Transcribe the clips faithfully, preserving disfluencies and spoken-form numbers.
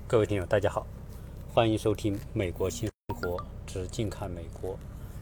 各位听友大家好，欢迎收听美国新生活之近看美国。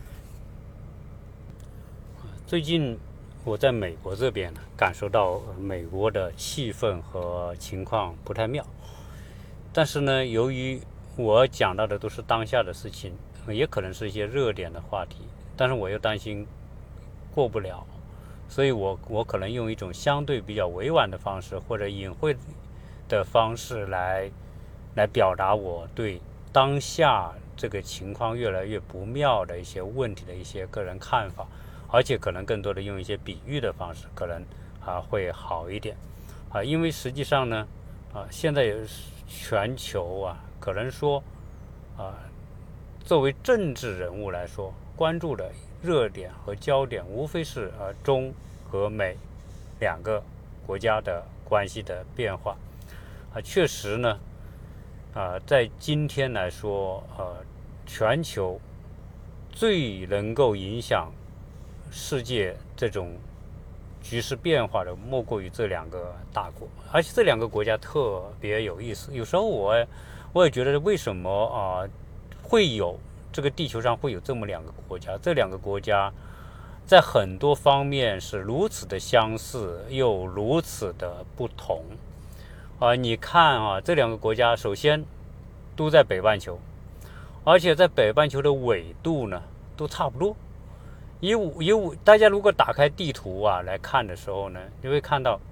最近我在美国这边感受到美国的气氛和情况不太妙，但是呢，由于我讲到的都是当下的事情，也可能是一些热点的话题，但是我又担心过不了，所以我我可能用一种相对比较委婉的方式或者隐晦的方式来来表达我对当下这个情况越来越不妙的一些问题的一些个人看法，而且可能更多的用一些比喻的方式，可能啊会好一点啊，因为实际上呢啊现在全球啊可能说啊作为政治人物来说，关注的热点和焦点无非是啊中和美两个国家的关系的变化啊，确实呢。啊，在今天来说，呃，全球最能够影响世界这种局势变化的，莫过于这两个大国，而且这两个国家特别有意思。有时候我我也觉得，为什么啊、呃、会有这个地球上会有这么两个国家？这两个国家在很多方面是如此的相似，又如此的不同。啊、呃，你看啊，这两个国家首先都在北半球，而且在北半球的纬度呢都差不多。以以大家如果打开地图啊来看的时候呢，你会看到，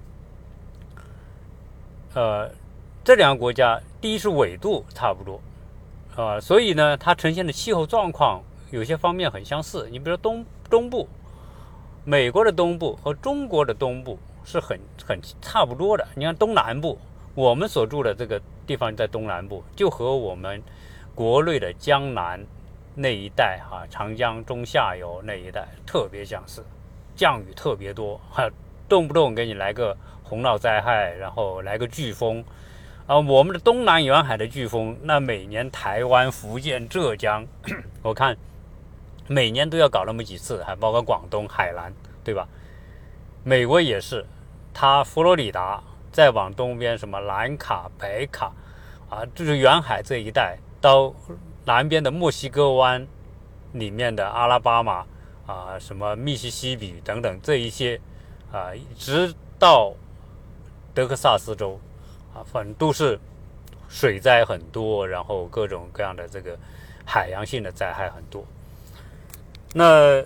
呃，这两个国家第一是纬度差不多，啊、呃，所以呢，它呈现的气候状况有些方面很相似。你比如说东东部，美国的东部和中国的东部是很很差不多的。你看东南部。我们所住的这个地方在东南部，就和我们国内的江南那一带哈、啊，长江中下游那一带特别相似，降雨特别多，哈、啊，动不动给你来个洪涝灾害，然后来个飓风，啊，我们的东南沿海的飓风，那每年台湾、福建、浙江，我看每年都要搞那么几次，还包括广东、海南，对吧？美国也是，它佛罗里达。再往东边什么南卡、北卡，啊，就是沿海这一带，到南边的墨西哥湾里面的阿拉巴马啊，什么密西西比等等这一些啊，直到德克萨斯州啊，反正都是水灾很多，然后各种各样的这个海洋性的灾害很多。那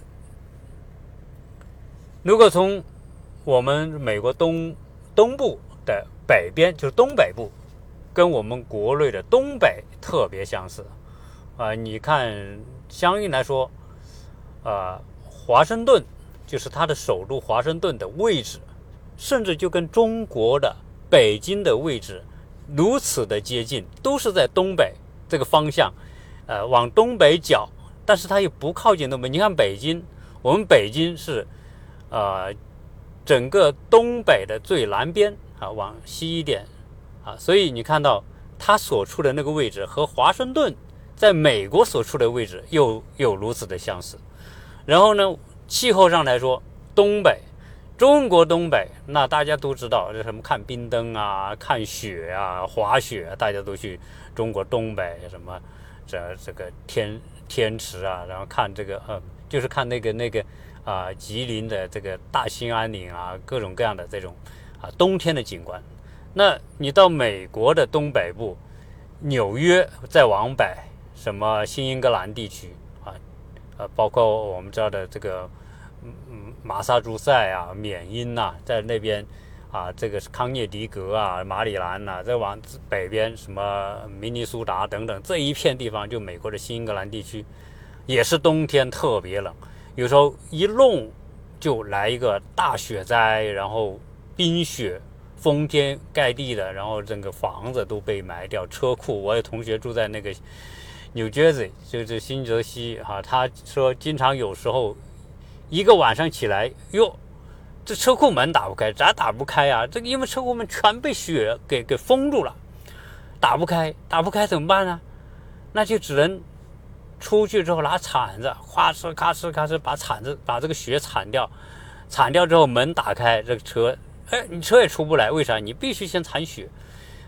如果从我们美国东东部的北边，就是东北部，跟我们国内的东北特别相似啊、呃。你看，相应来说，呃，华盛顿就是它的首都华盛顿的位置，甚至就跟中国的北京的位置如此的接近，都是在东北这个方向，呃，往东北角，但是它又不靠近东北。你看北京，我们北京是，呃，整个东北的最南边。啊，往西一点啊，所以你看到它所处的那个位置和华盛顿在美国所处的位置又又如此的相似。然后呢，气候上来说，东北，中国东北，那大家都知道，这什么看冰灯啊、看雪啊、滑雪，大家都去中国东北什么这这个天天池啊，然后看这个呃，就是看那个那个啊、呃，吉林的这个大兴安岭啊，各种各样的这种。啊，冬天的景观。那你到美国的东北部，纽约再往北，什么新英格兰地区啊，呃，包括我们知道的这个，嗯，马萨诸塞啊、缅因呐、啊，在那边啊，这个是康涅狄格啊、马里兰呐、啊，再往北边什么明尼苏达等等这一片地方，就美国的新英格兰地区，也是冬天特别冷，有时候一弄就来一个大雪灾，然后。冰雪封天盖地的，然后整个房子都被埋掉，车库。我有同学住在那个 New Jersey， 就是新泽西哈、啊，他说经常有时候一个晚上起来，哟，这车库门打不开，咋打不开啊？这个因为车库门全被雪给给封住了，打不开，打不开怎么办呢？那就只能出去之后拿铲子，咔哧咔哧咔哧把铲子把这个雪铲掉，铲掉之后门打开，这个车。哎，你车也出不来，为啥？你必须先铲雪，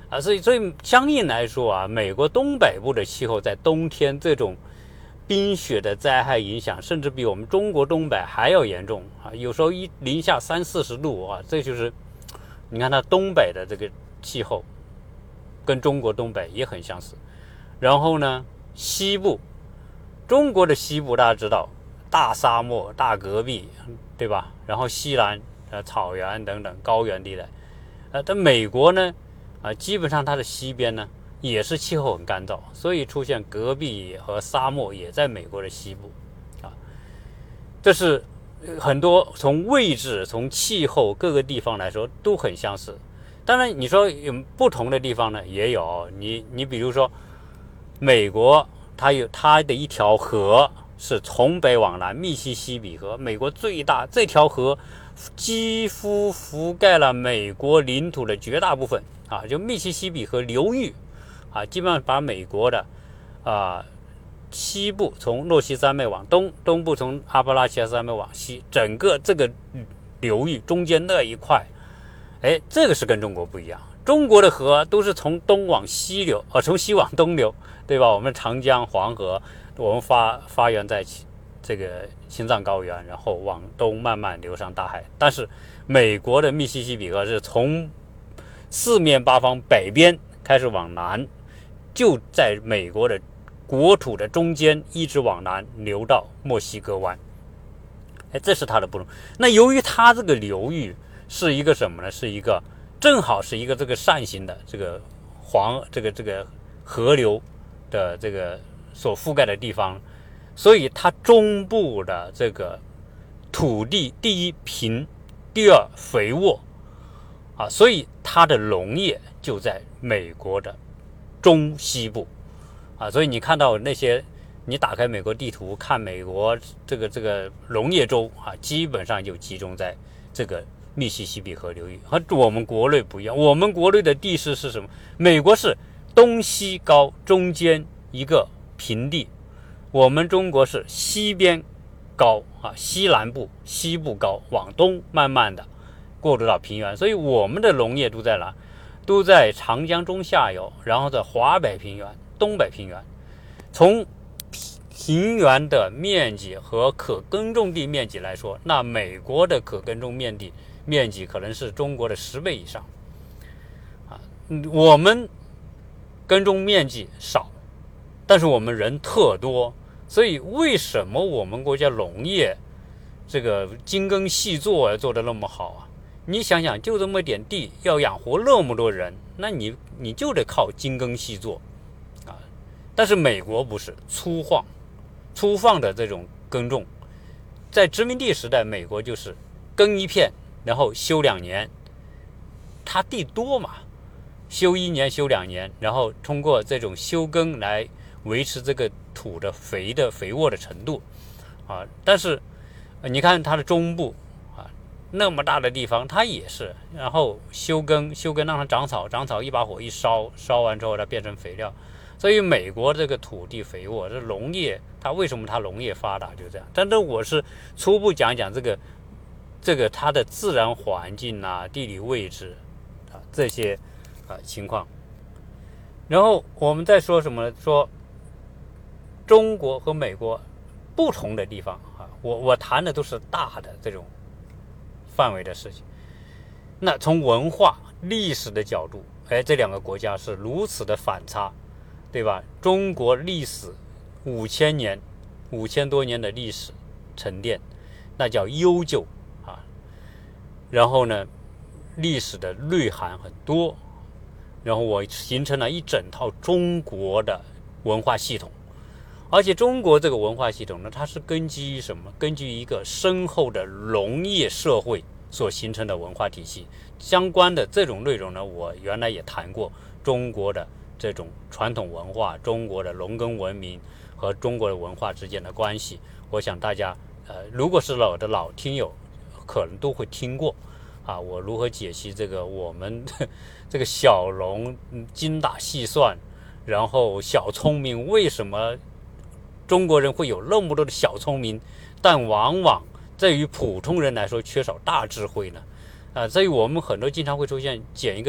啊，所以所以相应来说啊，美国东北部的气候在冬天这种冰雪的灾害影响，甚至比我们中国东北还要严重啊！有时候一零下三四十度啊，这就是你看它东北的这个气候跟中国东北也很相似。然后呢，西部，中国的西部大家知道，大沙漠、大戈壁，对吧？然后西南呃草原等等高原地带，呃，但美国呢？啊，基本上它的西边呢也是气候很干燥，所以出现戈壁和沙漠也在美国的西部啊。这是很多从位置、从气候各个地方来说都很相似。当然，你说有不同的地方呢，也有。你你比如说，美国它有它的一条河是从北往南，密西西比河，美国最大，这条河几乎覆盖了美国领土的绝大部分。啊，就密西西比河流域，啊，基本上把美国的啊西部从洛西山脉往东，东部从阿帕拉契亚山脉往西，整个这个流域中间那一块，哎，这个是跟中国不一样。中国的河都是从东往西流，呃，从西往东流，对吧？我们长江、黄河，我们发发源在这个青藏高原，然后往东慢慢流上大海。但是美国的密西西比河是从四面八方北边开始往南，就在美国的国土的中间一直往南流到墨西哥湾。哎，这是它的不同。那由于它这个流域是一个什么呢？是一个正好是一个这个扇形的这个黄这个这个河流的这个所覆盖的地方，所以它中部的这个土地第一平，第二肥沃。啊，所以它的农业就在美国的中西部，啊，所以你看到那些，你打开美国地图看美国这个这个农业州啊，基本上就集中在这个密西西比河流域，和我们国内不一样。我们国内的地势是什么？美国是东西高，中间一个平地，我们中国是西边高啊，西南部、西部高，往东慢慢的过渡到平原，所以我们的农业都在哪？都在长江中下游，然后在华北平原、东北平原。从平原的面积和可耕种地面积来说，那美国的可耕种面积面积可能是中国的十倍以上。啊，我们耕种面积少，但是我们人特多，所以为什么我们国家农业这个精耕细作做得那么好啊？你想想，就这么点地，要养活那么多人，那你你就得靠精耕细作啊。但是美国不是粗放，粗放的这种耕种，在殖民地时代，美国就是耕一片，然后休两年，它地多嘛，休一年休两年，然后通过这种休耕来维持这个土的肥的肥沃的程度啊。但是你看它的中部。那么大的地方，它也是，然后休耕，休耕让它长草，长草一把火一烧，烧完之后它变成肥料。所以美国这个土地肥沃，这农业，它为什么它农业发达就这样？但是我是初步讲讲这个这个它的自然环境啊、地理位置啊这些啊情况。然后我们再说什么呢？说中国和美国不同的地方啊，我我谈的都是大的这种范围的事情。那从文化历史的角度，哎，这两个国家是如此的反差，对吧？中国历史五千年五千多年的历史沉淀，那叫悠久啊。然后呢，历史的内涵很多，然后我形成了一整套中国的文化系统。而且中国这个文化系统呢，它是根基于什么？根据一个深厚的农业社会所形成的文化体系。相关的这种内容呢，我原来也谈过中国的这种传统文化，中国的农耕文明和中国的文化之间的关系。我想大家呃，如果是老的老听友，可能都会听过啊。我如何解析这个我们这个小农精打细算，然后小聪明，为什么中国人会有那么多的小聪明，但往往在于普通人来说缺少大智慧呢？啊，所以我们很多经常会出现捡一个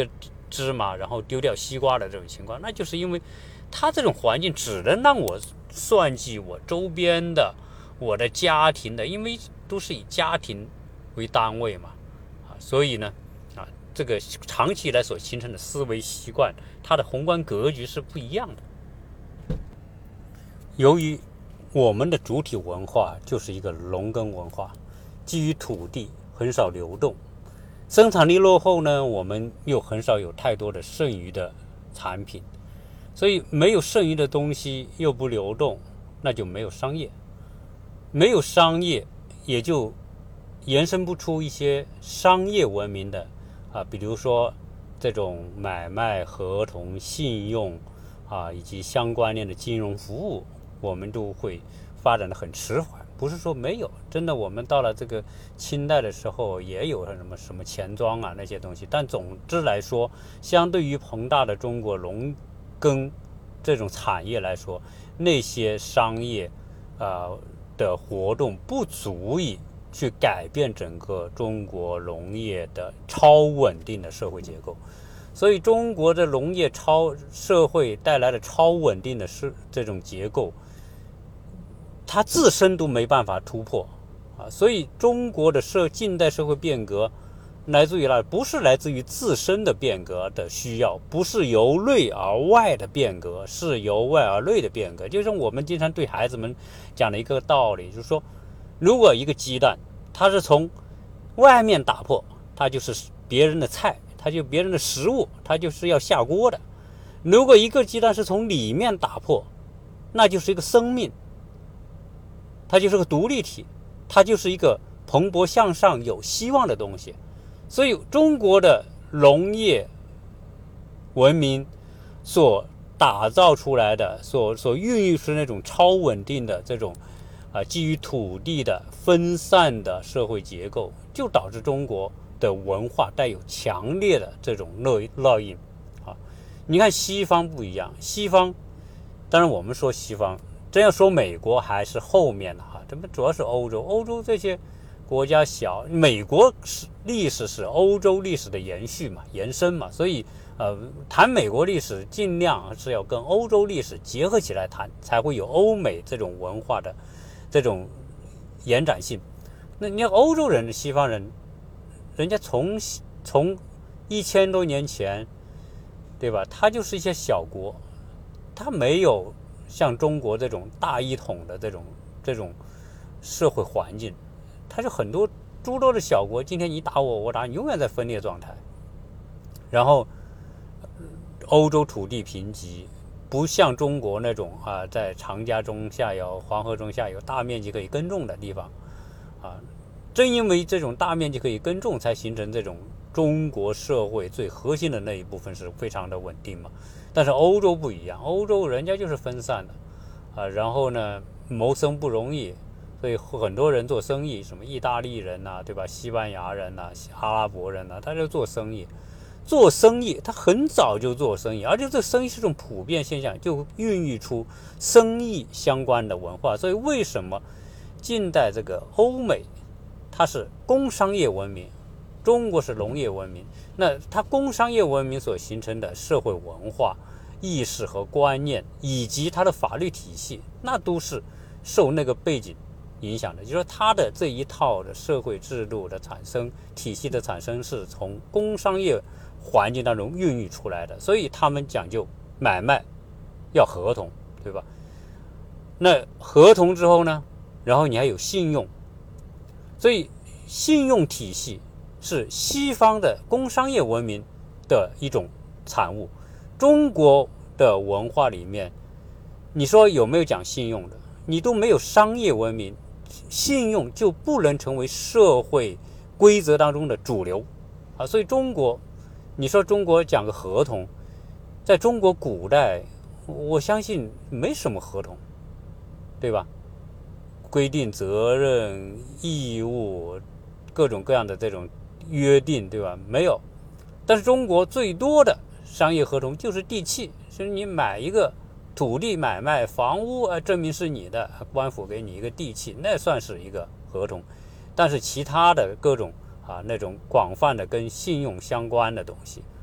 芝麻，然后丢掉西瓜的这种情况，那就是因为它这种环境只能让我算计我周边的、我的家庭的，因为都是以家庭为单位嘛，啊，所以呢，啊，这个长期以来所形成的思维习惯，它的宏观格局是不一样的。由于我们的主体文化就是一个农耕文化，基于土地，很少流动，生产力落后呢，我们又很少有太多的剩余的产品，所以没有剩余的东西又不流动，那就没有商业，没有商业也就延伸不出一些商业文明的啊，比如说这种买卖合同、信用啊，以及相关联的金融服务，我们都会发展的很迟缓。不是说没有，真的我们到了这个清代的时候也有什么什么钱庄啊那些东西，但总之来说，相对于庞大的中国农耕这种产业来说，那些商业呃的活动不足以去改变整个中国农业的超稳定的社会结构。所以中国的农业超社会带来的超稳定的是这种结构，它自身都没办法突破啊！所以中国的社近代社会变革来自于哪？不是来自于自身的变革的需要，不是由内而外的变革，是由外而内的变革。就是我们经常对孩子们讲的一个道理，就是说，如果一个鸡蛋它是从外面打破，它就是别人的菜，它就别人的食物，它就是要下锅的；如果一个鸡蛋是从里面打破，那就是一个生命。它就是个独立体，它就是一个蓬勃向上、有希望的东西。所以，中国的农业文明所打造出来的、所所孕育出那种超稳定的这种啊、呃，基于土地的分散的社会结构，就导致中国的文化带有强烈的这种烙烙印啊。你看西方不一样，西方当然我们说西方。真要说美国还是后面的哈，这不主要是欧洲，欧洲这些国家小，美国是历史是欧洲历史的延续嘛，延伸嘛，所以呃，谈美国历史尽量是要跟欧洲历史结合起来谈，才会有欧美这种文化的这种延展性。那你看欧洲人、西方人，人家从从一千多年前，对吧？他就是一些小国，他没有像中国这种大一统的这种这种社会环境，它是很多诸多的小国，今天你打我，我打你，永远在分裂状态。然后，欧洲土地贫瘠，不像中国那种啊，在长江中下游、黄河中下游大面积可以耕种的地方，啊，正因为这种大面积可以耕种，才形成这种中国社会最核心的那一部分是非常的稳定嘛。但是欧洲不一样，欧洲人家就是分散的，啊，然后呢，谋生不容易，所以很多人做生意，什么意大利人呐、啊，对吧？西班牙人呐、啊，阿拉伯人呐、啊，他就做生意，做生意，他很早就做生意，而且这生意是种普遍现象，就孕育出生意相关的文化。所以为什么近代这个欧美，它是工商业文明？中国是农业文明，那它工商业文明所形成的社会文化意识和观念，以及它的法律体系，那都是受那个背景影响的。就是说，它的这一套的社会制度的产生、体系的产生，是从工商业环境当中孕育出来的。所以他们讲究买卖要合同，对吧？那合同之后呢，然后你还有信用，所以信用体系是西方的工商业文明的一种产物。中国的文化里面，你说有没有讲信用的？你都没有商业文明，信用就不能成为社会规则当中的主流啊。所以中国，你说中国讲个合同，在中国古代，我相信没什么合同，对吧？规定责任、义务，各种各样的这种约定，对吧？没有。但是中国最多的商业合同就是地契，就是你买一个土地买卖房屋，呃，证明是你的，官府给你一个地契，那算是一个合同。但是其他的各种啊那种广泛的跟信用相关的东西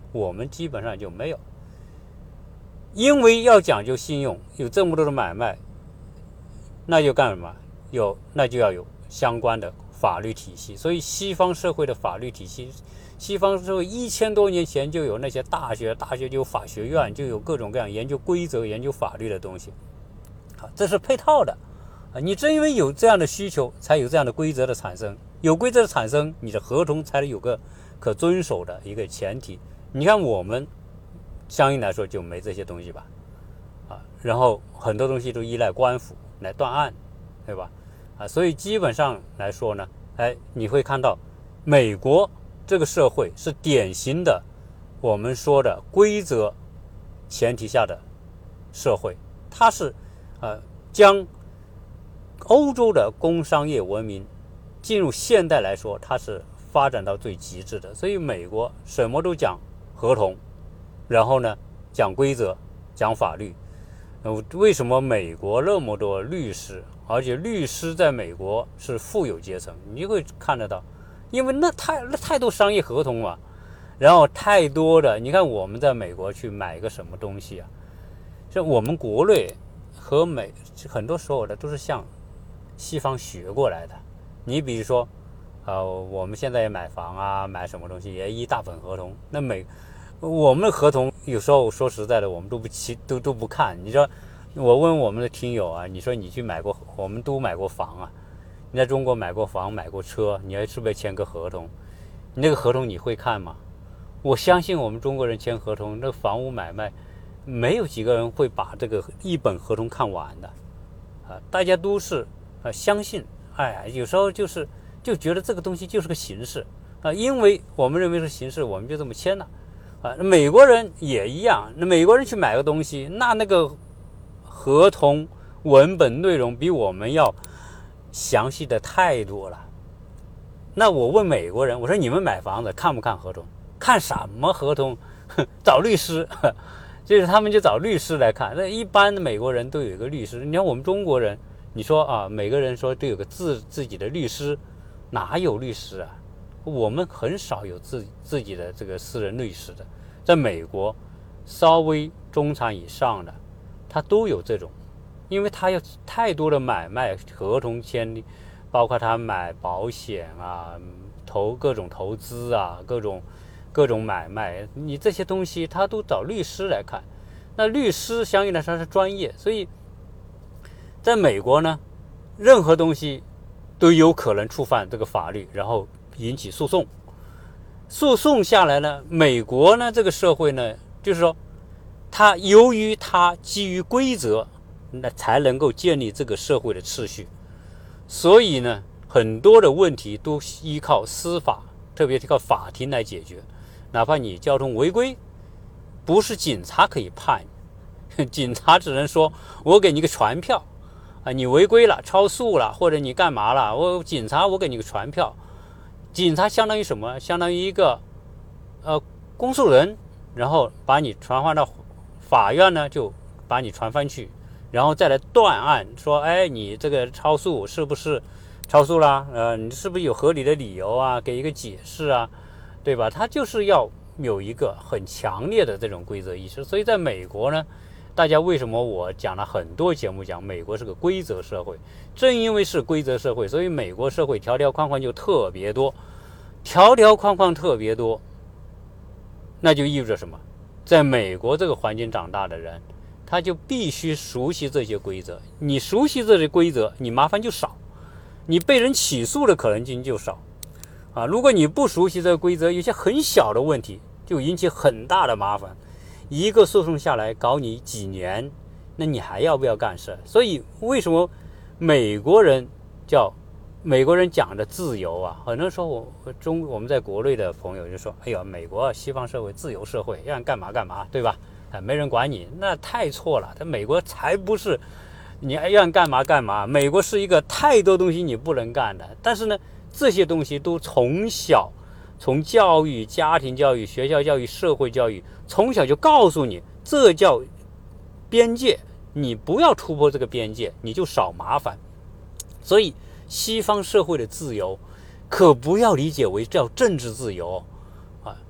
我们基本上就没有。因为要讲究信用，有这么多的买卖，那就干什么？有那就要有相关的法律体系。所以西方社会的法律体系，西方社会一千多年前就有那些大学，大学就有法学院，就有各种各样研究规则、研究法律的东西。好，这是配套的啊！你正因为有这样的需求，才有这样的规则的产生。有规则的产生，你的合同才有个可遵守的一个前提。你看我们相应来说就没这些东西吧，啊，然后很多东西都依赖官府来断案，对吧？啊，所以基本上来说呢，哎，你会看到美国这个社会是典型的我们说的规则前提下的社会，它是呃将欧洲的工商业文明进入现代来说，它是发展到最极致的。所以美国什么都讲合同，然后呢讲规则，讲法律。呃，为什么美国那么多律师，而且律师在美国是富有阶层？你会看得到，因为那太那太多商业合同嘛，然后太多的，你看我们在美国去买个什么东西啊，像我们国内和美很多时候的都是向西方学过来的。你比如说呃，我们现在也买房啊，买什么东西也一大本合同。那美我们的合同有时候说实在的，我们都不都都不看。你说我问我们的听友啊，你说你去买过，我们都买过房啊，你在中国买过房买过车，你还是不是签个合同？你那个合同你会看吗？我相信我们中国人签合同，那房屋买卖没有几个人会把这个一本合同看完的啊，大家都是啊相信。哎呀，有时候就是就觉得这个东西就是个形式啊，因为我们认为是形式，我们就这么签了啊。美国人也一样，那美国人去买个东西，那那个合同文本内容比我们要详细的太多了。那我问美国人，我说你们买房子看不看合同？看什么合同？找律师，就是他们就找律师来看。那一般的美国人都有一个律师，你看我们中国人。你说啊，每个人说都有个自自己的律师，哪有律师啊？我们很少有自自己的这个私人律师的。在美国，稍微中产以上的，他都有这种，因为他有太多的买卖合同签订，包括他买保险啊、投各种投资啊、各种各种买卖，你这些东西他都找律师来看。那律师相应来说是专业，所以。在美国呢，任何东西都有可能触犯这个法律，然后引起诉讼。诉讼下来呢，美国呢这个社会呢，就是说，它由于它基于规则，那才能够建立这个社会的秩序。所以呢，很多的问题都依靠司法，特别是靠法庭来解决。哪怕你交通违规，不是警察可以判，警察只能说我给你个传票。啊，你违规了、超速了，或者你干嘛了？我警察，我给你个传票。警察相当于什么？相当于一个呃公诉人，然后把你传唤到法院呢，就把你传翻去，然后再来断案，说，哎，你这个超速是不是超速啦？呃，你是不是有合理的理由啊？给一个解释啊，对吧？他就是要有一个很强烈的这种规则意识。所以在美国呢。大家为什么我讲了很多节目讲美国是个规则社会？正因为是规则社会，所以美国社会条条框框就特别多，条条框框特别多，那就意味着什么？在美国这个环境长大的人，他就必须熟悉这些规则。你熟悉这些规则，你麻烦就少，你被人起诉的可能性就少啊。如果你不熟悉这个规则，有些很小的问题就引起很大的麻烦。一个诉讼下来搞你几年，那你还要不要干事？所以为什么美国人叫美国人讲的自由啊？很多人说我中我们在国内的朋友就说，哎呀，美国西方社会自由社会，让干嘛干嘛，对吧？啊，没人管你，那太错了。他美国才不是你让干嘛干嘛，美国是一个太多东西你不能干的。但是呢，这些东西都从小。从教育、家庭教育、学校教育、社会教育，从小就告诉你，这叫边界，你不要突破这个边界，你就少麻烦。所以，西方社会的自由，可不要理解为叫政治自由啊，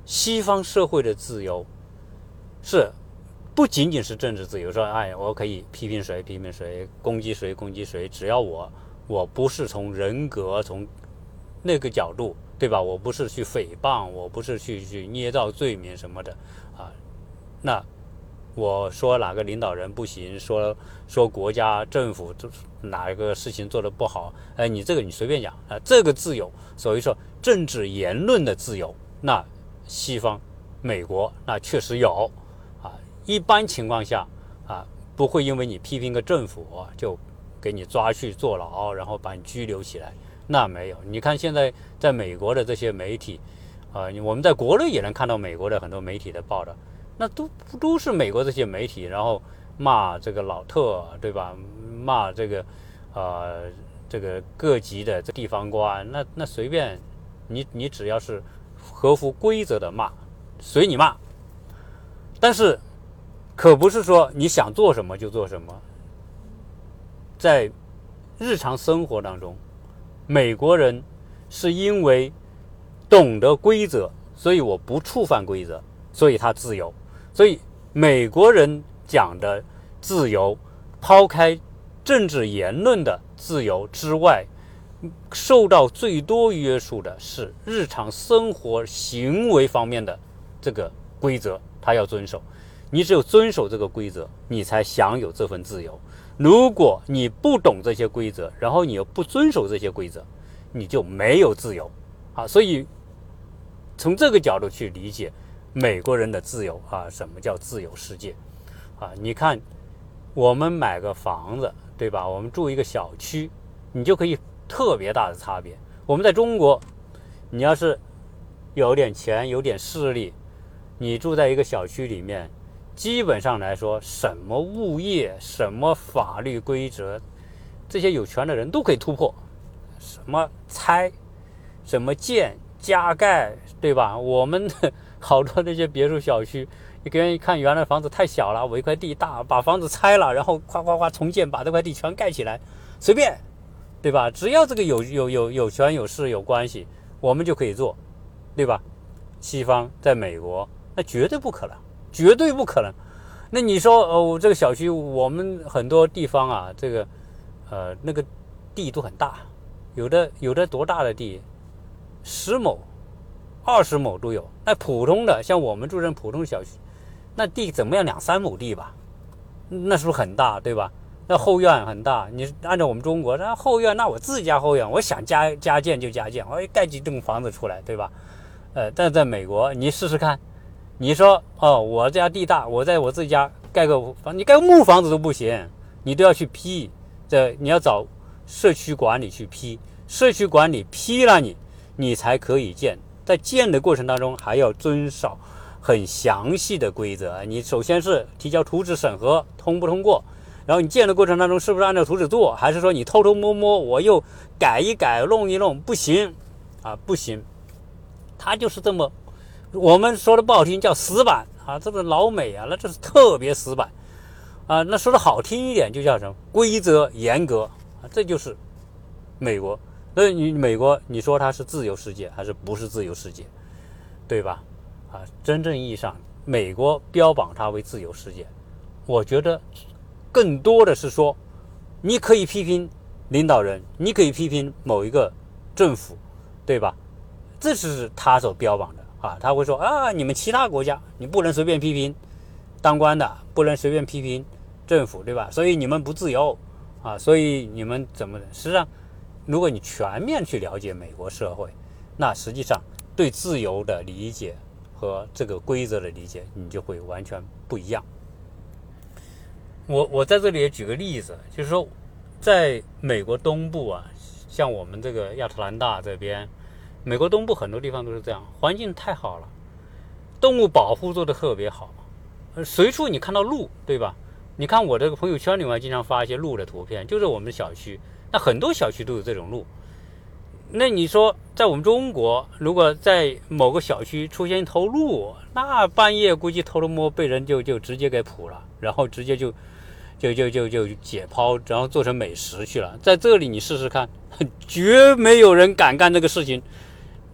西方社会的自由是不仅仅是政治自由，说哎，我可以批评谁批评谁，攻击谁攻击谁，只要我我不是从人格从那个角度，对吧？我不是去诽谤，我不是去去捏造罪名什么的啊。那我说哪个领导人不行，说说国家政府哪个事情做得不好，哎，你这个你随便讲啊，这个自由，所以说政治言论的自由，那西方美国那确实有啊。一般情况下啊，不会因为你批评个政府啊，就给你抓去坐牢，然后把你拘留起来，那没有。你看现在在美国的这些媒体啊，我们在国内也能看到美国的很多媒体的报道，那都都是美国这些媒体，然后骂这个老特，对吧？骂这个呃这个各级的这地方官，那那随便你你只要是合乎规则的骂，随你骂。但是可不是说你想做什么就做什么。在日常生活当中，美国人是因为懂得规则，所以我不触犯规则，所以他自由。所以美国人讲的自由，抛开政治言论的自由之外，受到最多约束的是日常生活行为方面的这个规则，他要遵守。你只有遵守这个规则，你才享有这份自由。如果你不懂这些规则，然后你又不遵守这些规则，你就没有自由啊。所以从这个角度去理解美国人的自由啊，什么叫自由世界啊？你看我们买个房子，对吧？我们住一个小区，你就可以特别大的差别。我们在中国，你要是有点钱有点势力，你住在一个小区里面，基本上来说，什么物业什么法律规则，这些有权的人都可以突破，什么拆什么建加盖，对吧？我们的好多那些别墅小区，你给人一看，原来房子太小了，我一块地大，把房子拆了，然后夸夸夸重建，把这块地全盖起来，随便，对吧？只要这个有有有有权有势有关系，我们就可以做，对吧？西方在美国那绝对不可能，绝对不可能。那你说哦，这个小区我们很多地方啊，这个呃那个地都很大，有的有的多大的地，十亩二十亩都有。那普通的像我们住这普通小区，那地怎么样两三亩地吧，那是不是很大，对吧？那后院很大，你按照我们中国那后院，那我自家后院我想加加建就加建，我盖几栋房子出来，对吧？呃，但是在美国你试试看，你说哦，我家地大，我在我自己家盖个房，你盖个木房子都不行，你都要去批，这你要找社区管理去批，社区管理批了你，你才可以建。在建的过程当中，还要遵守很详细的规则。你首先是提交图纸审核，通不通过？然后你建的过程当中，是不是按照图纸做？还是说你偷偷摸摸，我又改一改，弄一弄？不行啊，不行。它就是这么，我们说的不好听叫死板啊，这个老美啊，那这是特别死板啊。那说的好听一点就叫什么规则严格啊，这就是美国。所以你美国，你说它是自由世界还是不是自由世界，对吧？啊，真正意义上，美国标榜它为自由世界，我觉得更多的是说，你可以批评领导人，你可以批评某一个政府，对吧？这是他所标榜的啊，他会说啊，你们其他国家你不能随便批评当官的，不能随便批评政府，对吧？所以你们不自由啊，所以你们怎么的？实际上，如果你全面去了解美国社会，那实际上对自由的理解和这个规则的理解，你就会完全不一样。我我在这里也举个例子，就是说，在美国东部啊，像我们这个亚特兰大这边。美国东部很多地方都是这样，环境太好了，动物保护做得特别好，随处你看到鹿，对吧？你看我这个朋友圈里面经常发一些鹿的图片，就是我们小区，那很多小区都有这种鹿。那你说在我们中国，如果在某个小区出现一头鹿，那半夜估计偷偷摸被人就就直接给捕了，然后直接就就就就就解剖，然后做成美食去了。在这里你试试看，绝没有人敢干这个事情。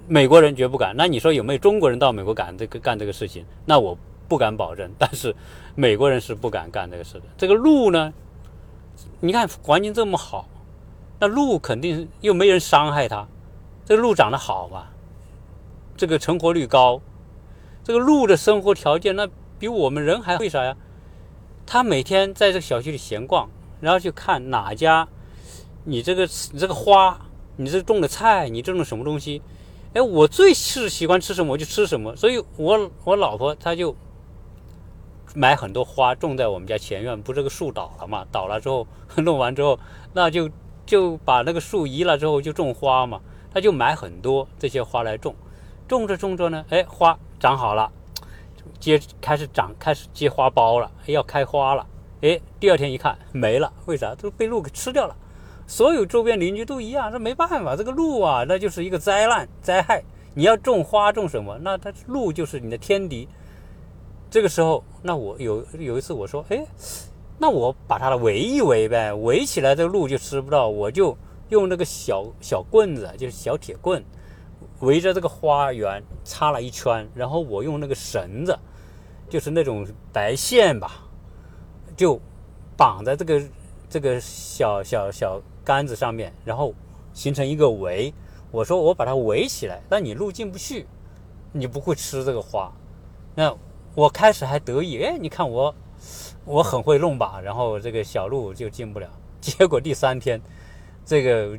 美国人绝不敢。那你说有没有中国人到美国敢这个干这个事情？那我不敢保证，但是美国人是不敢干这个事的。这个鹿呢，你看环境这么好，那鹿肯定又没人伤害它，这个鹿长得好嘛，这个成活率高，这个鹿的生活条件那比我们人还为啥呀？它每天在这个小区里闲逛，然后去看哪家你这个你这个花，你这种的菜，你这种什么东西，哎，我最是喜欢吃什么我就吃什么，所以我我老婆她就买很多花种在我们家前院，不这个树倒了嘛，倒了之后弄完之后，那就就把那个树移了之后就种花嘛，她就买很多这些花来种，种着种着呢，哎，花长好了，接开始长开始结花苞了，要开花了，哎，第二天一看没了，为啥？都被鹿给吃掉了。所有周边邻居都一样，这没办法，这个鹿啊，那就是一个灾难灾害。你要种花种什么，那它鹿就是你的天敌。这个时候，那我有有一次我说，哎，那我把它围一围呗，围起来这个鹿就吃不到，我就用那个小小棍子，就是小铁棍，围着这个花园插了一圈，然后我用那个绳子，就是那种白线吧，就绑在这个这个小小小杆子上面，然后形成一个围。我说我把它围起来，但你鹿进不去，你不会吃这个花。那我开始还得意，哎，你看我我很会弄吧，然后这个小鹿就进不了。结果第三天，这个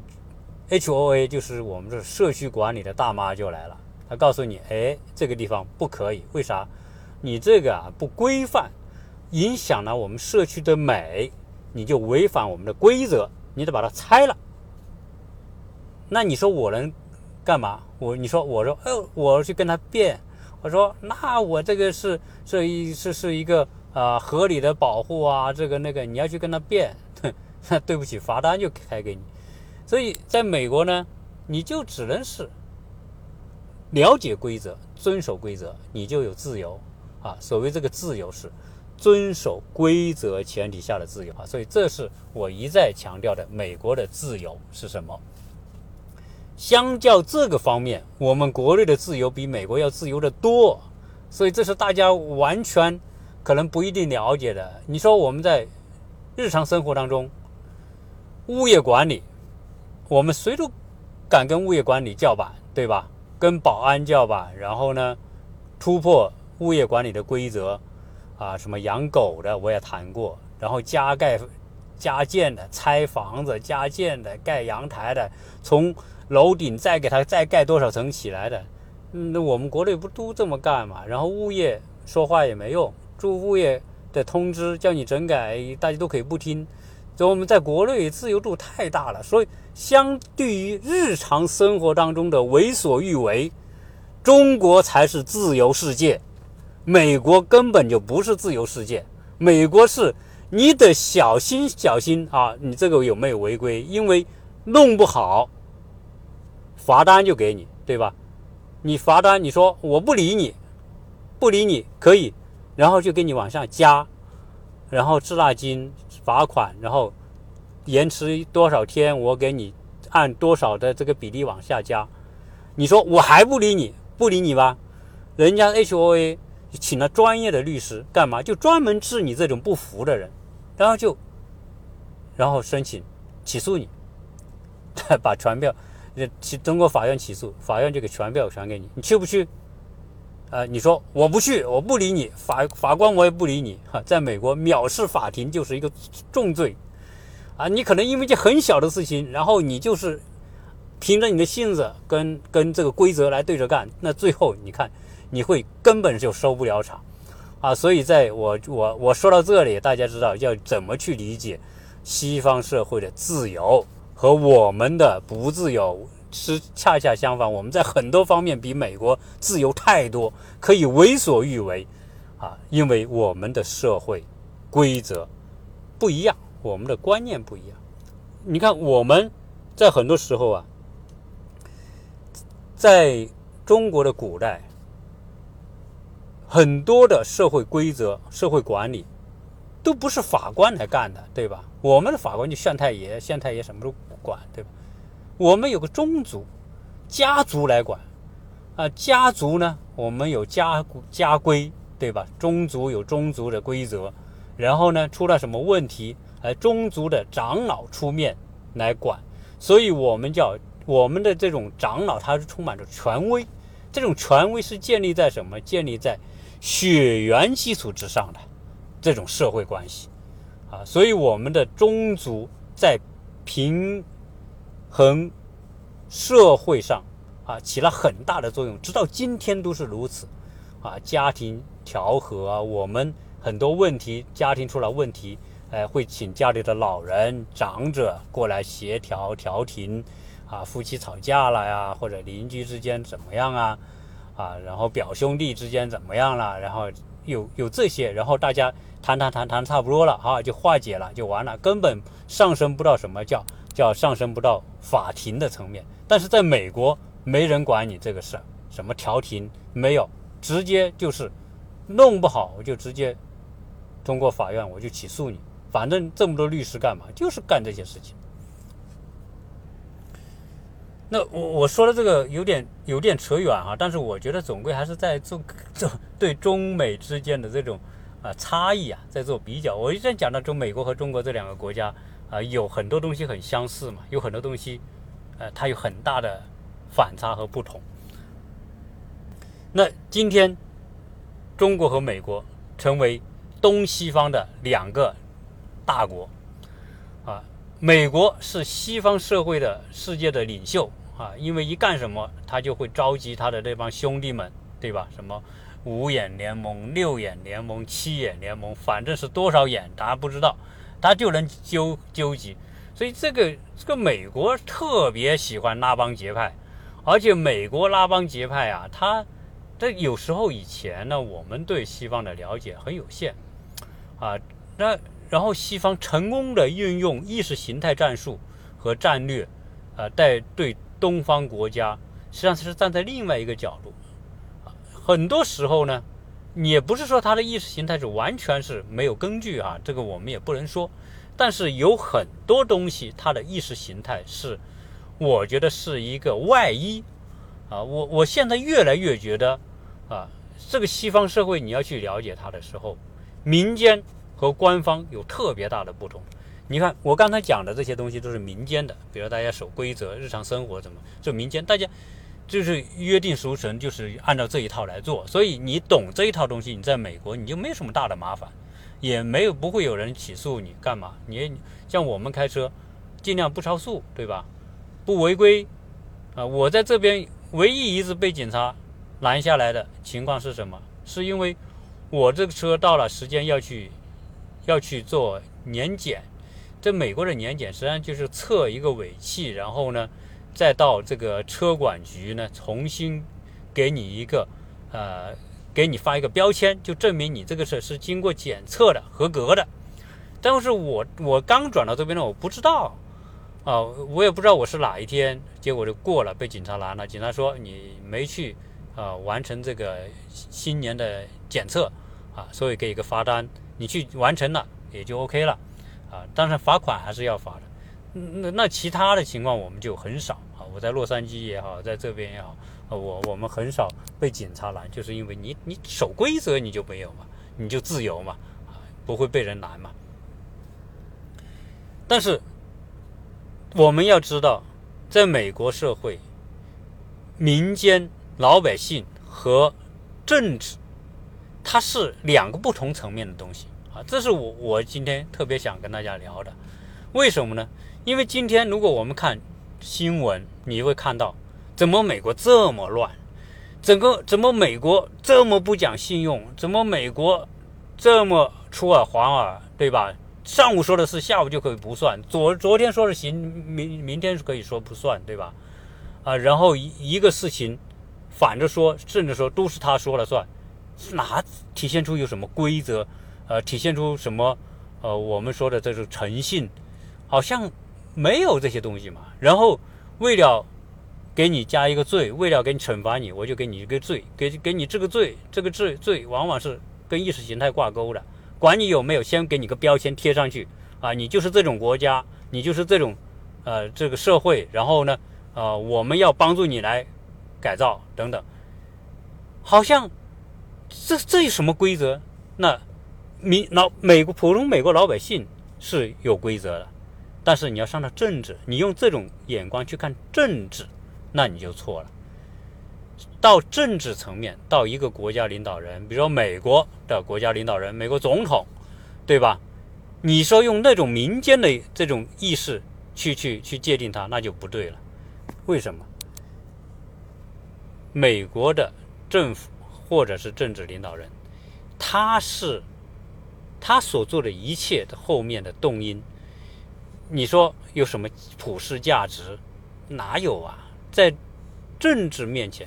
H O A 就是我们这社区管理的大妈就来了，她告诉你，哎，这个地方不可以，为啥？你这个啊不规范，影响了我们社区的美，你就违反我们的规则，你得把它拆了。那你说我能干嘛？我你说我说，哎，我去跟他辩，我说那我这个是是一是是一个啊、呃、合理的保护啊，这个那个你要去跟他辩，那对不起，罚单就开给你。所以在美国呢，你就只能是了解规则，遵守规则，你就有自由啊。所谓这个自由是遵守规则前提下的自由啊，所以这是我一再强调的，美国的自由是什么？相较这个方面，我们国内的自由比美国要自由得多，所以这是大家完全可能不一定了解的。你说我们在日常生活当中，物业管理，我们谁都敢跟物业管理叫板，对吧？跟保安叫板，然后呢，突破物业管理的规则啊，什么养狗的我也谈过，然后加盖、加建的、拆房子、加建的、盖阳台的，从楼顶再给它再盖多少层起来的，嗯，那我们国内不都这么干嘛？然后物业说话也没用，住物业的通知叫你整改，大家都可以不听。所以我们在国内自由度太大了，所以相对于日常生活当中的为所欲为，中国才是自由世界，美国根本就不是自由世界。美国是你得小心小心啊，你这个有没有违规？因为弄不好罚单就给你，对吧？你罚单，你说我不理你，不理你可以，然后就给你往上加，然后滞纳金、罚款，然后延迟多少天，我给你按多少的这个比例往下加。你说我还不理你，不理你吧？人家 H O A 请了专业的律师干嘛？就专门治你这种不服的人，然后就然后申请起诉你，把传票通过法院起诉，法院就给传票传给你，你去不去？呃，你说我不去，我不理你，法法官我也不理你。哈，在美国藐视法庭就是一个重罪啊！你可能因为一件很小的事情，然后你就是凭着你的性子跟跟这个规则来对着干，那最后你看你会根本就收不了场啊！所以在我我我说到这里，大家知道要怎么去理解西方社会的自由和我们的不自由是恰恰相反，我们在很多方面比美国自由太多，可以为所欲为啊！因为我们的社会规则不一样，我们的观念不一样。你看我们在很多时候啊，在中国的古代，很多的社会规则、社会管理都不是法官来干的，对吧？我们的法官就县太爷，县太爷什么都管，对吧？我们有个宗族、家族来管， 啊，家族呢，我们有家家规，对吧？宗族有宗族的规则，然后呢，出了什么问题，呃，宗族的长老出面来管，所以我们叫我们的这种长老，他是充满着权威。这种权威是建立在什么？建立在血缘基础之上的这种社会关系啊，所以我们的宗族在平衡社会上啊起了很大的作用，直到今天都是如此啊。家庭调和啊，我们很多问题，家庭出了问题，呃，会请家里的老人、长者过来协调调停啊，夫妻吵架了呀，或者邻居之间怎么样啊，啊，然后表兄弟之间怎么样了，然后有有这些，然后大家谈谈谈谈差不多了啊，就化解了，就完了，根本上升不到什么叫叫上升不到法庭的层面。但是在美国，没人管你这个事儿，什么调停没有，直接就是弄不好我就直接通过法院我就起诉你，反正这么多律师干嘛？就是干这些事情。那我我说的这个有点有点扯远哈，但是我觉得总归还是在做做对中美之间的这种啊、呃、差异啊，在做比较。我一直讲到中美国和中国这两个国家啊、呃，有很多东西很相似嘛，有很多东西呃它有很大的反差和不同。那今天中国和美国成为东西方的两个大国啊，美国是西方社会的世界的领袖啊，因为一干什么他就会召集他的这帮兄弟们，对吧？什么五眼联盟、六眼联盟、七眼联盟，反正是多少眼大家不知道，他就能纠纠集。所以这个这个美国特别喜欢拉帮结派，而且美国拉帮结派啊，他这有时候以前呢，我们对西方的了解很有限啊，那然后西方成功的运用意识形态战术和战略，呃，在对东方国家实际上是站在另外一个角度。很多时候呢，也不是说他的意识形态是完全是没有根据啊，这个我们也不能说。但是有很多东西，它的意识形态是，我觉得是一个外衣啊。我我现在越来越觉得啊，这个西方社会你要去了解它的时候，民间和官方有特别大的不同。你看我刚才讲的这些东西都是民间的，比如大家守规则、日常生活怎么，这民间大家就是约定俗成，就是按照这一套来做。所以你懂这一套东西，你在美国你就没有什么大的麻烦，也没有不会有人起诉你干嘛。你像我们开车，尽量不超速，对吧？不违规啊。我在这边唯一一次被警察拦下来的情况是什么？是因为我这个车到了时间要去要去做年检。这美国的年检实际上就是测一个尾气，然后呢再到这个车管局呢重新给你一个呃给你发一个标签，就证明你这个车是经过检测的合格的。但是我我刚转到这边呢，我不知道啊，我也不知道我是哪一天，结果就过了，被警察拦了。警察说你没去啊完成这个新年的检测啊，所以给一个罚单，你去完成了也就 OK 了啊。当然罚款还是要罚的。那那其他的情况我们就很少啊。我在洛杉矶也好，在这边也好，我我们很少被警察拦，就是因为你你守规则你就没有嘛，你就自由嘛，不会被人拦嘛。但是我们要知道，在美国社会，民间老百姓和政治，它是两个不同层面的东西啊。这是我我今天特别想跟大家聊的。为什么呢？因为今天如果我们看新闻，你会看到怎么美国这么乱，整个怎么美国这么不讲信用，怎么美国这么出尔反尔，对吧？上午说的是，下午就可以不算；昨昨天说的行，明明天可以说不算，对吧？啊，然后一一个事情反着说，甚至说都是他说了算，哪体现出有什么规则？呃，体现出什么？呃，我们说的这种诚信，好像没有这些东西嘛。然后为了给你加一个罪，为了给你惩罚你，我就给你一个罪，给给你这个罪，这个罪罪往往是跟意识形态挂钩的。管你有没有，先给你个标签贴上去啊，你就是这种国家，你就是这种呃这个社会，然后呢呃我们要帮助你来改造等等， 好像这这有什么规则？那民老美国普通美国老百姓是有规则的，但是你要上到政治，你用这种眼光去看政治，那你就错了。到政治层面，到一个国家领导人，比如说美国的国家领导人，美国总统，对吧？你说用那种民间的这种意识去去去界定它，那就不对了。为什么？美国的政府或者是政治领导人，他是他所做的一切的后面的动因，你说有什么普世价值？哪有啊？在政治面前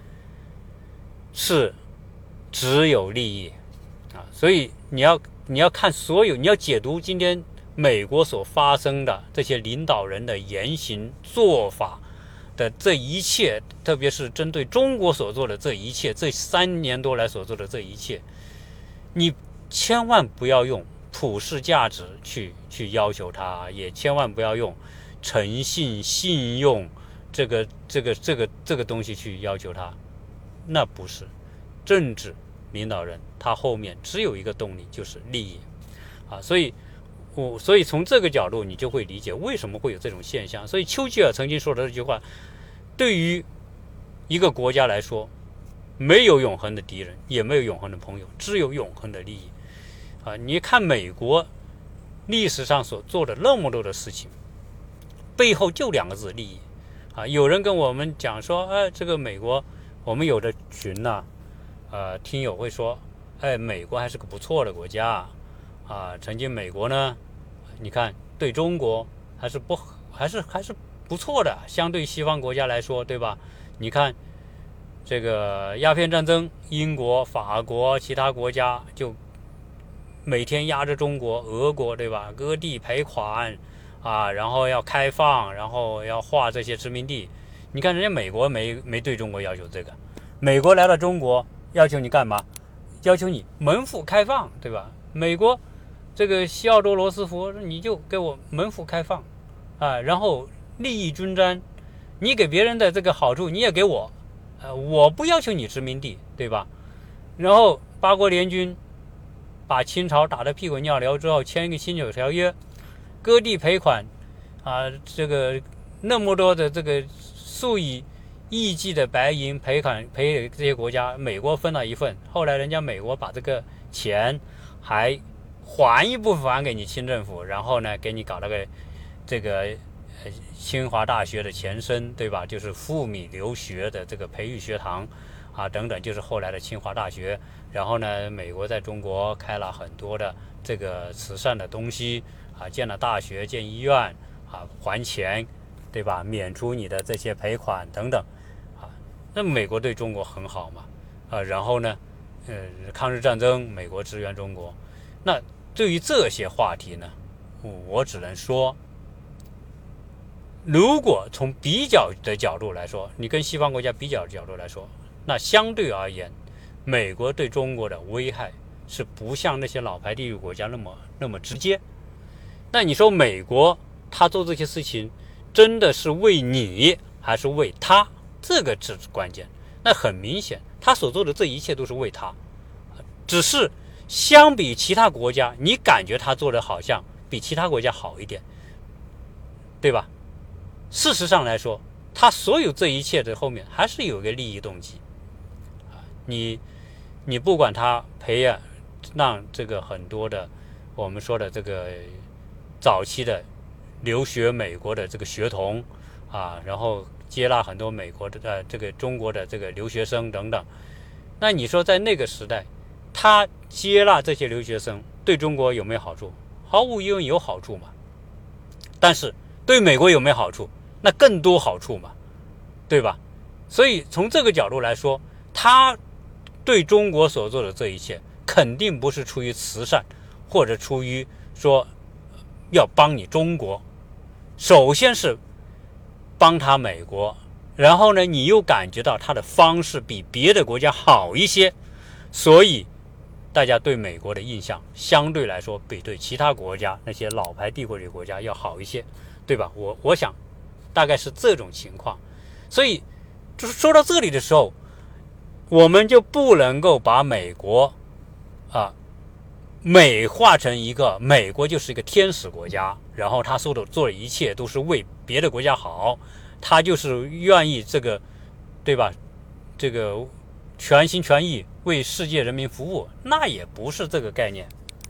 是只有利益啊！所以你要你要看所有，你要解读今天美国所发生的这些领导人的言行做法的这一切，特别是针对中国所做的这一切，这三年多来所做的这一切，你千万不要用普世价值去去要求他，也千万不要用诚信、信用这个这个这个这个东西去要求他。那不是政治领导人，他后面只有一个动力，就是利益啊！所以我所以从这个角度，你就会理解为什么会有这种现象。所以丘吉尔曾经说的这句话，对于一个国家来说，没有永恒的敌人，也没有永恒的朋友，只有永恒的利益啊！你看美国历史上所做的那么多的事情，背后就两个字：利益啊！有人跟我们讲说，哎，这个美国，我们有的群呐、啊，呃，听友会说，哎，美国还是个不错的国家啊！曾经美国呢，你看对中国还是不还是还是不错的，相对西方国家来说，对吧？你看这个鸦片战争，英国、法国、其他国家就每天压着中国、俄国，对吧？割地赔款啊，然后要开放，然后要划这些殖民地。你看人家美国没没对中国要求这个，美国来到中国要求你干嘛？要求你门户开放，对吧？美国这个西奥多罗斯福，你就给我门户开放啊，然后利益均沾，你给别人的这个好处你也给我，呃，我不要求你殖民地，对吧？然后八国联军把清朝打得屁滚尿流之后，签一个辛丑条约，割地赔款啊，这个那么多的这个数以亿计的白银赔款赔给这些国家，美国分了一份，后来人家美国把这个钱还还一部分还给你清政府，然后呢给你搞了个这个呃清华大学的前身，对吧？就是赴米留学的这个培育学堂啊等等，就是后来的清华大学。然后呢，美国在中国开了很多的这个慈善的东西啊，建了大学、建医院啊，还钱，对吧？免除你的这些赔款等等啊。那美国对中国很好嘛啊，然后呢，呃，抗日战争美国支援中国。那对于这些话题呢，我只能说，如果从比较的角度来说，你跟西方国家比较的角度来说，那相对而言，美国对中国的危害是不像那些老牌地域国家那么那么直接。那你说美国他做这些事情真的是为你还是为他？这个是关键。那很明显，他所做的这一切都是为他，只是相比其他国家，你感觉他做的好像比其他国家好一点，对吧？事实上来说，他所有这一切的后面还是有一个利益动机。你你不管他培养让这个很多的我们说的这个早期的留学美国的这个学童啊，然后接纳很多美国的呃这个中国的这个留学生等等，那你说在那个时代，他接纳这些留学生对中国有没有好处？毫无疑问有好处嘛。但是对美国有没有好处？那更多好处嘛，对吧？所以从这个角度来说，他对中国所做的这一切肯定不是出于慈善，或者出于说要帮你中国，首先是帮他美国，然后呢你又感觉到他的方式比别的国家好一些，所以大家对美国的印象相对来说比对其他国家那些老牌帝国主义国家要好一些，对吧？我我想大概是这种情况。所以就是说到这里的时候， 我们就不能够把美国啊美化成一个美国就是一个天使国家，然后他说的做的一切都是为别的国家好，他就是愿意这个，对吧？这个全心全意为世界人民服务，那也不是这个概念。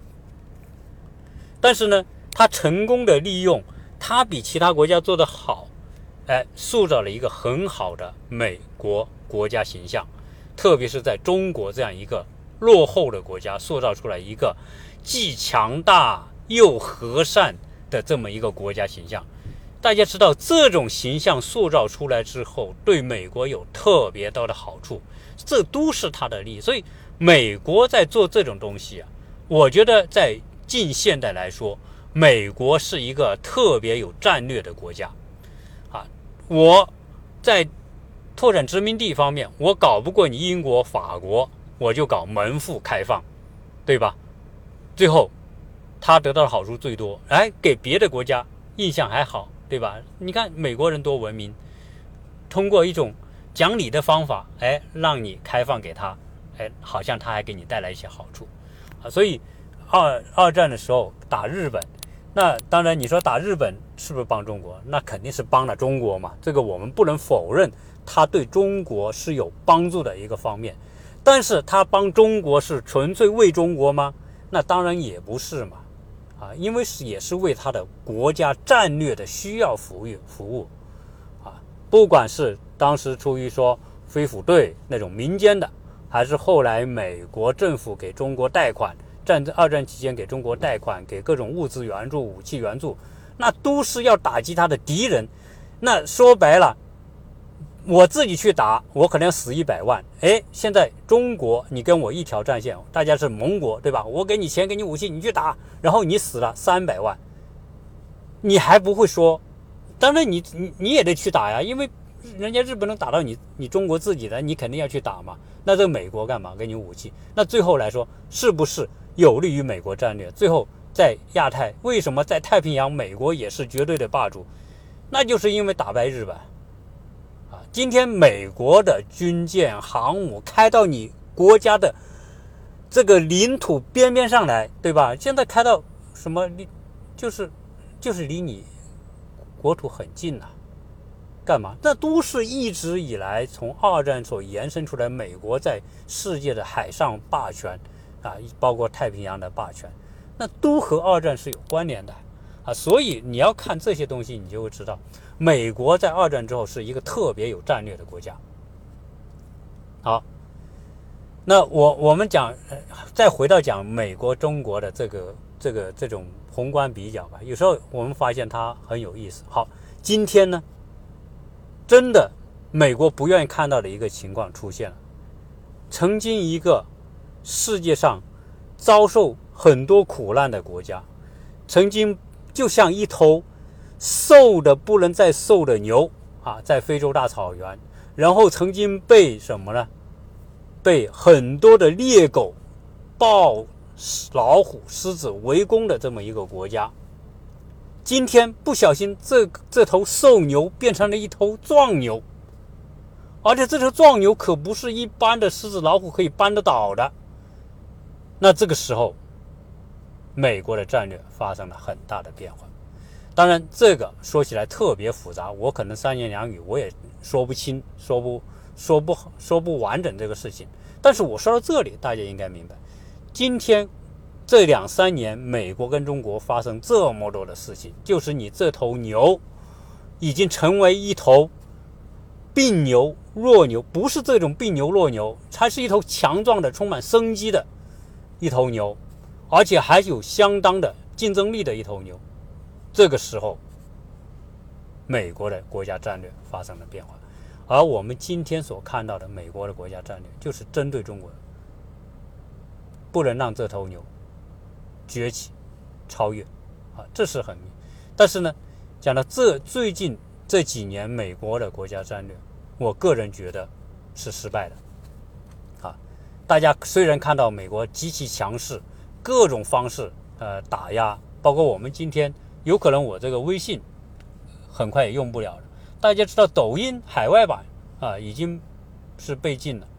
但是呢，他成功的利用他比其他国家做得好，哎，塑造了一个很好的美国国家形象，特别是在中国这样一个落后的国家，塑造出来一个既强大又和善的这么一个国家形象。大家知道，这种形象塑造出来之后，对美国有特别多的好处，这都是他的利益。所以，美国在做这种东西啊，我觉得在近现代来说，美国是一个特别有战略的国家啊。我在拓展殖民地方面，我搞不过你英国、法国，我就搞门户开放，对吧？最后他得到的好处最多，哎，给别的国家印象还好，对吧？你看美国人多文明，通过一种讲理的方法，哎，让你开放给他，哎，好像他还给你带来一些好处啊。所以二二战的时候打日本，那当然你说打日本是不是帮中国？那肯定是帮了中国嘛，这个我们不能否认，他对中国是有帮助的一个方面。但是他帮中国是纯粹为中国吗？那当然也不是嘛，啊，因为是也是为他的国家战略的需要服务服务，啊，不管是当时出于说飞虎队那种民间的，还是后来美国政府给中国贷款，战争二战期间给中国贷款，给各种物资援助、武器援助，那都是要打击他的敌人。那说白了，我自己去打，我可能要死一百万。哎，现在中国你跟我一条战线，大家是盟国，对吧？我给你钱，给你武器，你去打，然后你死了三百万，你还不会说？当然你你你也得去打呀，因为人家日本能打到你，你中国自己的，你肯定要去打嘛。那这个美国干嘛给你武器？那最后来说，是不是有利于美国战略？最后在亚太，为什么在太平洋美国也是绝对的霸主？那就是因为打败日本。今天美国的军舰航母开到你国家的这个领土边边上来，对吧？现在开到什么就是就是离你国土很近啊，干嘛？那都是一直以来从二战所延伸出来美国在世界的海上霸权啊，包括太平洋的霸权，那都和二战是有关联的啊。所以你要看这些东西，你就会知道美国在二战之后是一个特别有战略的国家。好，那我我们讲，再回到讲美国中国的这个这个这种宏观比较吧。有时候我们发现它很有意思。好，今天呢，真的美国不愿意看到的一个情况出现了。曾经一个世界上遭受很多苦难的国家，曾经就像一头瘦的不能再瘦的牛啊，在非洲大草原，然后曾经被什么呢？被很多的猎狗、豹、老虎、狮子围攻的这么一个国家，今天不小心这这头瘦牛变成了一头壮牛，而且这头壮牛可不是一般的狮子、老虎可以扳得倒的。那这个时候，美国的战略发生了很大的变化。当然这个说起来特别复杂，我可能三言两语我也说不清，说不说不说不完整这个事情。但是我说到这里，大家应该明白，今天这两三年美国跟中国发生这么多的事情，就是你这头牛已经成为一头病牛弱牛，不是这种病牛弱牛，它是一头强壮的充满生机的一头牛，而且还有相当的竞争力的一头牛。这个时候美国的国家战略发生了变化，而我们今天所看到的美国的国家战略就是针对中国，不能让这头牛崛起超越啊，这是很明。但是呢，讲到这最近这几年美国的国家战略，我个人觉得是失败的啊。大家虽然看到美国极其强势，各种方式呃打压，包括我们今天有可能我这个微信很快也用不了了。大家知道抖音海外版啊已经是被禁了，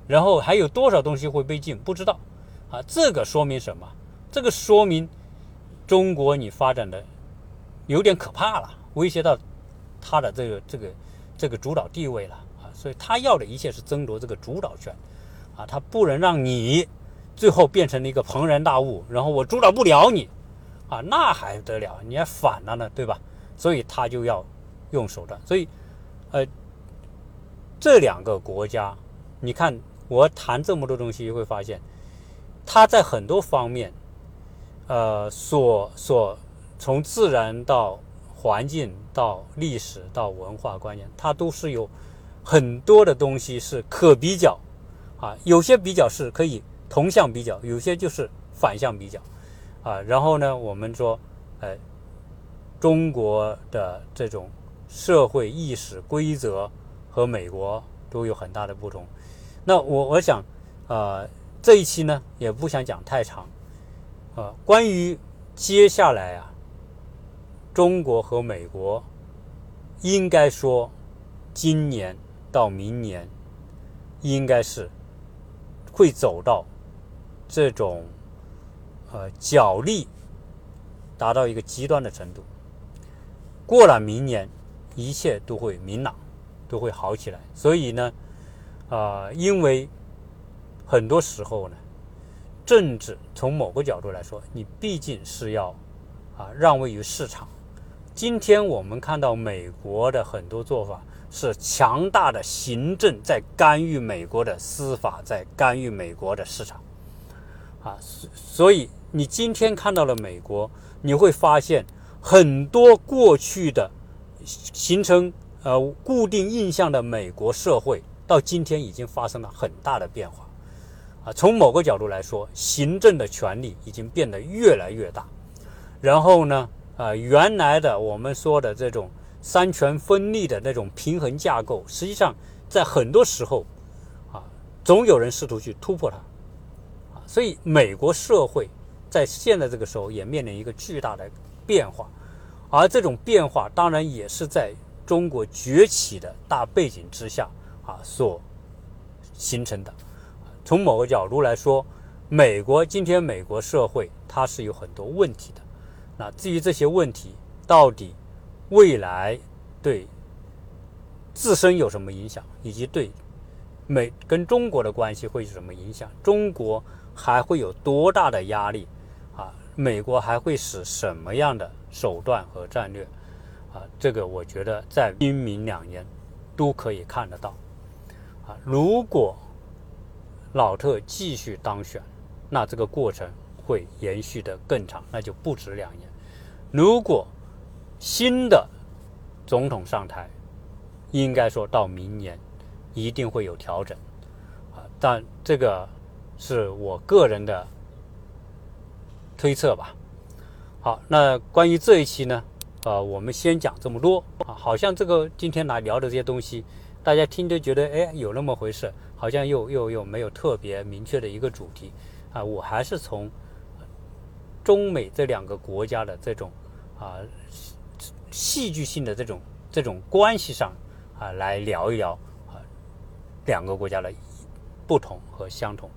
然后还有多少东西会被禁，不知道啊。这个说明什么？这个说明中国你发展的有点可怕了，威胁到他的这个这个这个主导地位了啊。所以他要的一切是争夺这个主导权啊，他不能让你最后变成了一个庞然大物，然后我主导不了你啊，那还得了？你还反了呢，对吧？所以他就要用手段。所以呃，这两个国家，你看我谈这么多东西，会发现它在很多方面，呃，所所从自然到环境到历史到文化观念，它都是有很多的东西是可比较啊，有些比较是可以同向比较，有些就是反向比较啊。然后呢，我们说，呃，中国的这种社会意识规则和美国都有很大的不同。那我我想，呃，这一期呢也不想讲太长，呃，关于接下来啊，中国和美国应该说，今年到明年应该是会走到这种呃角力达到一个极端的程度。过了明年，一切都会明朗，都会好起来。所以呢，啊、呃，因为很多时候呢，政治从某个角度来说，你毕竟是要啊让位于市场。今天我们看到美国的很多做法是强大的行政在干预美国的司法，在干预美国的市场啊，所以你今天看到了美国，你会发现很多过去的形成呃固定印象的美国社会，到今天已经发生了很大的变化啊。从某个角度来说，行政的权力已经变得越来越大，然后呢，呃，原来的我们说的这种三权分立的那种平衡架构，实际上在很多时候啊，总有人试图去突破它啊。所以美国社会在现在这个时候也面临一个巨大的变化，而这种变化当然也是在中国崛起的大背景之下啊所形成的。从某个角度来说，美国今天美国社会它是有很多问题的。那至于这些问题到底未来对自身有什么影响，以及对美跟中国的关系会有什么影响，中国还会有多大的压力啊？美国还会使什么样的手段和战略啊？这个我觉得在今明两年都可以看得到啊。如果老特继续当选，那这个过程会延续的更长，那就不止两年。如果新的总统上台，应该说到明年一定会有调整啊，但这个是我个人的推测吧。好，那关于这一期呢，呃，我们先讲这么多啊。好像这个今天来聊的这些东西，大家听着觉得哎有那么回事，好像又又又没有特别明确的一个主题啊。我还是从中美这两个国家的这种啊戏剧性的这种这种关系上啊来聊一聊啊两个国家的不同和相同。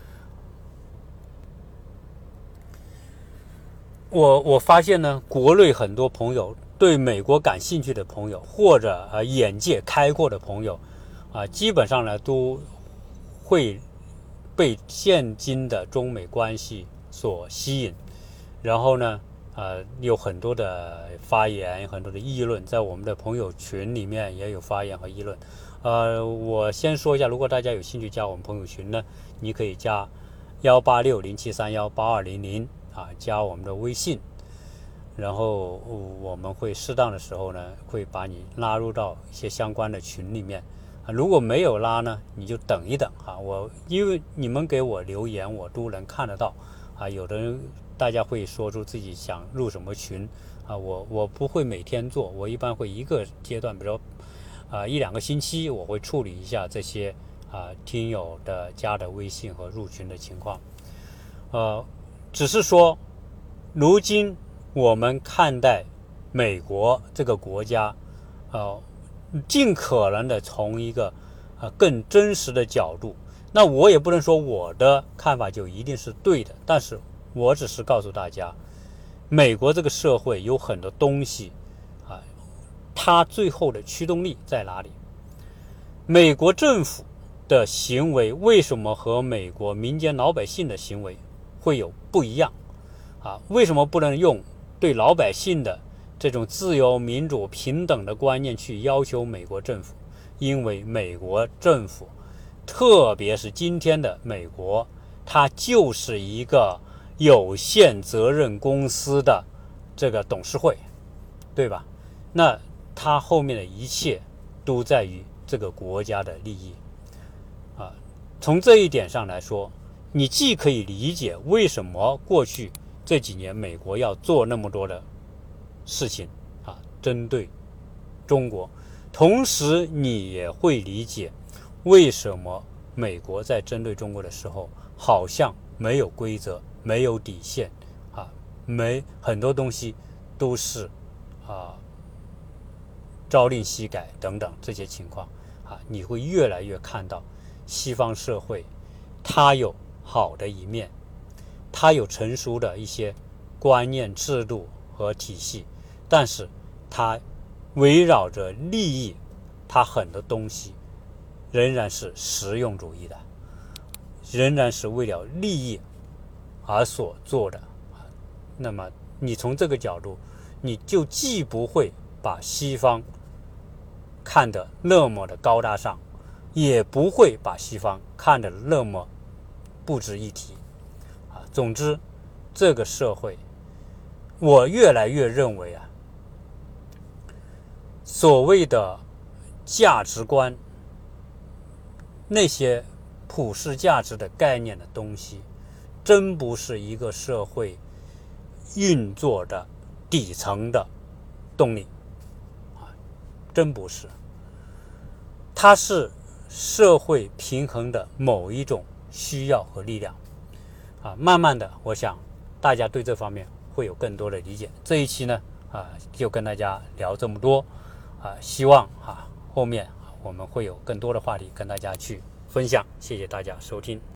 我我发现呢，国内很多朋友对美国感兴趣的朋友，或者呃眼界开阔的朋友啊，基本上呢都会被现今的中美关系所吸引。然后呢，呃，有很多的发言，很多的议论，在我们的朋友群里面也有发言和议论。呃，我先说一下，如果大家有兴趣加我们朋友群呢，你可以加幺八六零七三幺八二零零啊，加我们的微信，然后我们会适当的时候呢，会把你拉入到一些相关的群里面。啊，如果没有拉呢，你就等一等哈。我因为你们给我留言，我都能看得到啊。有的人大家会说出自己想入什么群啊，我我不会每天做，我一般会一个阶段，比如说啊一两个星期，我会处理一下这些啊听友的加的微信和入群的情况。呃，只是说，如今我们看待美国这个国家，呃，尽可能的从一个呃更真实的角度， 那我也不能说我的看法就一定是对的，但是我只是告诉大家，美国这个社会有很多东西啊，它最后的驱动力在哪里？美国政府的行为为什么和美国民间老百姓的行为会有不一样啊？为什么不能用对老百姓的这种自由、民主、平等的观念去要求美国政府？因为美国政府，特别是今天的美国，它就是一个有限责任公司的这个董事会，对吧？那它后面的一切都在于这个国家的利益啊。从这一点上来说，你既可以理解为什么过去这几年美国要做那么多的事情啊，针对中国，同时你也会理解为什么美国在针对中国的时候好像没有规则、没有底线啊，没很多东西都是啊朝令夕改等等这些情况啊，你会越来越看到西方社会它有好的一面，它有成熟的一些观念、制度和体系，但是它围绕着利益，它很多东西仍然是实用主义的，仍然是为了利益而所做的。那么你从这个角度，你就既不会把西方看得那么的高大上，也不会把西方看得那么不值一提啊。总之，这个社会，我越来越认为啊，所谓的价值观，那些普世价值的概念的东西，真不是一个社会运作的底层的动力啊，真不是。它是社会平衡的某一种需要和力量啊。慢慢的，我想大家对这方面会有更多的理解。这一期呢啊，就跟大家聊这么多啊，希望啊后面我们会有更多的话题跟大家去分享。谢谢大家收听。